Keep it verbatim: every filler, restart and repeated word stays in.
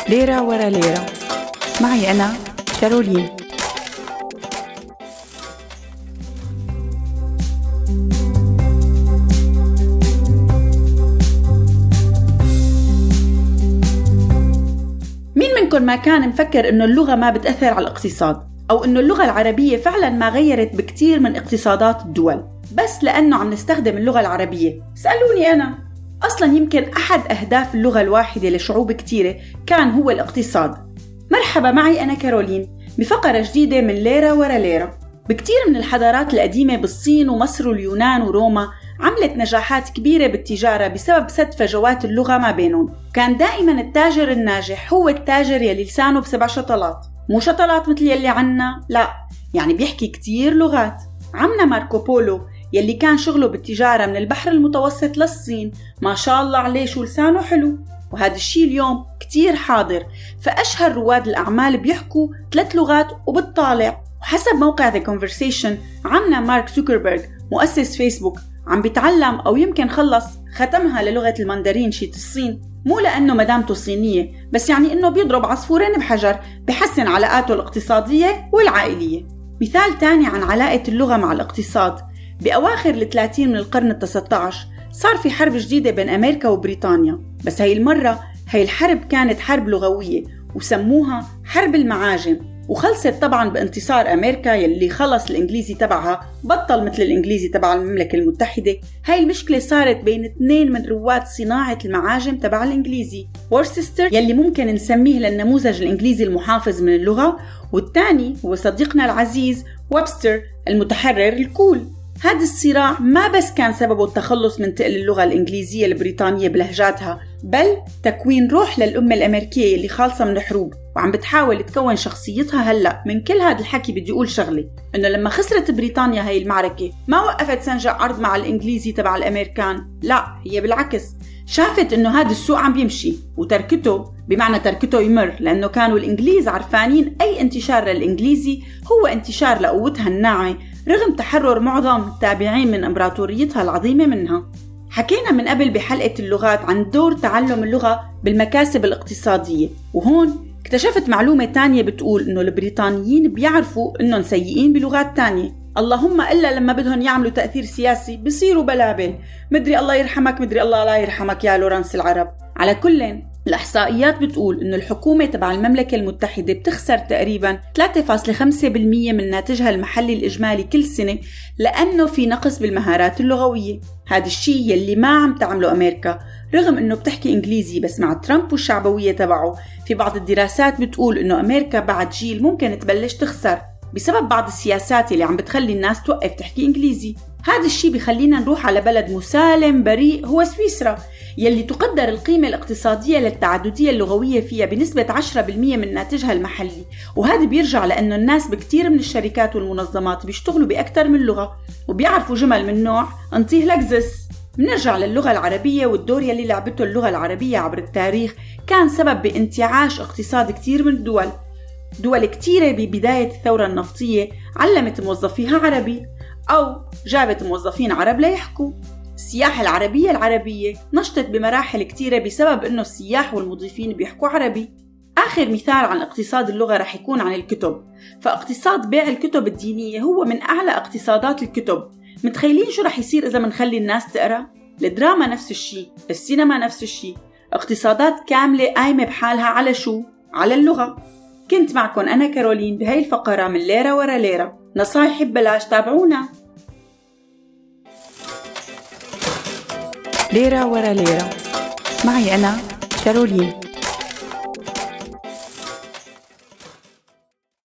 ليرة ورا ليرة، معي أنا كارولين. مين منكم ما كان مفكر إنه اللغة ما بتأثر على الاقتصاد، أو إنه اللغة العربية فعلاً ما غيرت بكتير من اقتصادات الدول بس لأنه عم نستخدم اللغة العربية؟ سألوني أنا. أصلاً يمكن أحد أهداف اللغة الواحدة لشعوب كتيرة كان هو الاقتصاد. مرحبا، معي أنا كارولين بفقرة جديدة من ليرة ورا ليرة. بكتير من الحضارات القديمة بالصين ومصر واليونان وروما عملت نجاحات كبيرة بالتجارة بسبب سد فجوات اللغة ما بينهم. كان دائماً التاجر الناجح هو التاجر يلي لسانه بسبع شطلات، مو شطلات مثل يلي عنا، لا، يعني بيحكي كتير لغات. عمنا ماركو بولو يلي كان شغله بالتجارة من البحر المتوسط للصين، ما شاء الله عليه شو لسانه حلو، وهذا الشيء اليوم كتير حاضر. فأشهر رواد الأعمال بيحكوا ثلاث لغات وبالطالع. وحسب موقع The Conversation، عمنا مارك زوكربيرغ مؤسس فيسبوك عم بيتعلم أو يمكن خلص ختمها للغة الماندرين شيت الصين، مو لأنه مدامته صينية، بس يعني إنه بيضرب عصفورين بحجر، بحسن علاقاته الاقتصادية والعائلية. مثال تاني عن علاقة اللغة مع الاقتصاد، بأواخر الثلاثين من القرن التاسع عشر صار في حرب جديدة بين أمريكا وبريطانيا، بس هاي المرة هاي الحرب كانت حرب لغوية وسموها حرب المعاجم، وخلصت طبعاً بانتصار أمريكا يلي خلص الإنجليزي تبعها بطل مثل الإنجليزي تبع المملكة المتحدة. هاي المشكلة صارت بين اثنين من رواد صناعة المعاجم تبع الإنجليزي، وورسستر يلي ممكن نسميه للنموذج الإنجليزي المحافظ من اللغة، والتاني هو صديقنا العزيز ويبستر المتحرر الكول. هذا الصراع ما بس كان سببه التخلص من تقل اللغة الإنجليزية البريطانية بلهجاتها، بل تكوين روح للأمة الأمريكية اللي خالصة من الحروب وعم بتحاول تكون شخصيتها. هلأ من كل هذا الحكي بدي أقول شغلة، إنه لما خسرت بريطانيا هاي المعركة ما وقفت سنجع عرض مع الإنجليزي تبع الأمريكان، لا، هي بالعكس شافت إنه هذا السوق عم بيمشي وتركته، بمعنى تركته يمر، لأنه كانوا الإنجليز عارفانين أي انتشار للإنجليزي هو انتشار لقوتها الناعمة، رغم تحرر معظم التابعين من إمبراطوريتها العظيمة منها. حكينا من قبل بحلقة اللغات عن دور تعلم اللغة بالمكاسب الاقتصادية، وهون اكتشفت معلومة تانية بتقول إنه البريطانيين بيعرفوا إنهم سيئين بلغات تانية، اللهم إلا لما بدهم يعملوا تأثير سياسي بيصيروا بلابل، مدري الله يرحمك مدري الله لا يرحمك يا لورنس العرب. على كل الإحصائيات بتقول إنه الحكومة تبع المملكة المتحدة بتخسر تقريباً ثلاثة فاصلة خمسة بالمية من ناتجها المحلي الإجمالي كل سنة لأنه في نقص بالمهارات اللغوية. هذا الشيء يلي ما عم تعمله أمريكا، رغم إنه بتحكي إنجليزي، بس مع ترامب والشعبوية تبعه في بعض الدراسات بتقول إنه أمريكا بعد جيل ممكن تبلش تخسر بسبب بعض السياسات اللي عم بتخلي الناس توقف تحكي إنجليزي. هذا الشيء بخلينا نروح على بلد مسالم بريء هو سويسرا، يلي تقدر القيمة الاقتصادية للتعددية اللغوية فيها بنسبة عشرة بالمية من ناتجها المحلي، وهذا بيرجع لأنه الناس بكتير من الشركات والمنظمات بيشتغلوا بأكثر من لغة وبيعرفوا جمل من نوع انطيه لك زس. بنرجع للغة العربية والدور يلي لعبته اللغة العربية عبر التاريخ، كان سبب بانتعاش اقتصاد كتير من الدول. دول كتيرة ببداية الثورة النفطية علمت موظفيها عربي أو جابت موظفين عرب ليحكوا. السياحة العربية العربية نشطت بمراحل كتيرة بسبب إنه السياح والمضيفين بيحكوا عربي. آخر مثال عن اقتصاد اللغة رح يكون عن الكتب، فاقتصاد بيع الكتب الدينية هو من أعلى اقتصادات الكتب. متخيلين شو رح يصير إذا منخلي الناس تقرأ؟ الدراما نفس الشي، السينما نفس الشي، اقتصادات كاملة قايمة بحالها على شو؟ على اللغة. كنت معكم أنا كارولين بهاي الفقرة من ليرة ورا ليرة. نصايحي ببلاش، تابعونا. ليرة ورا ليرة، معي أنا كارولين.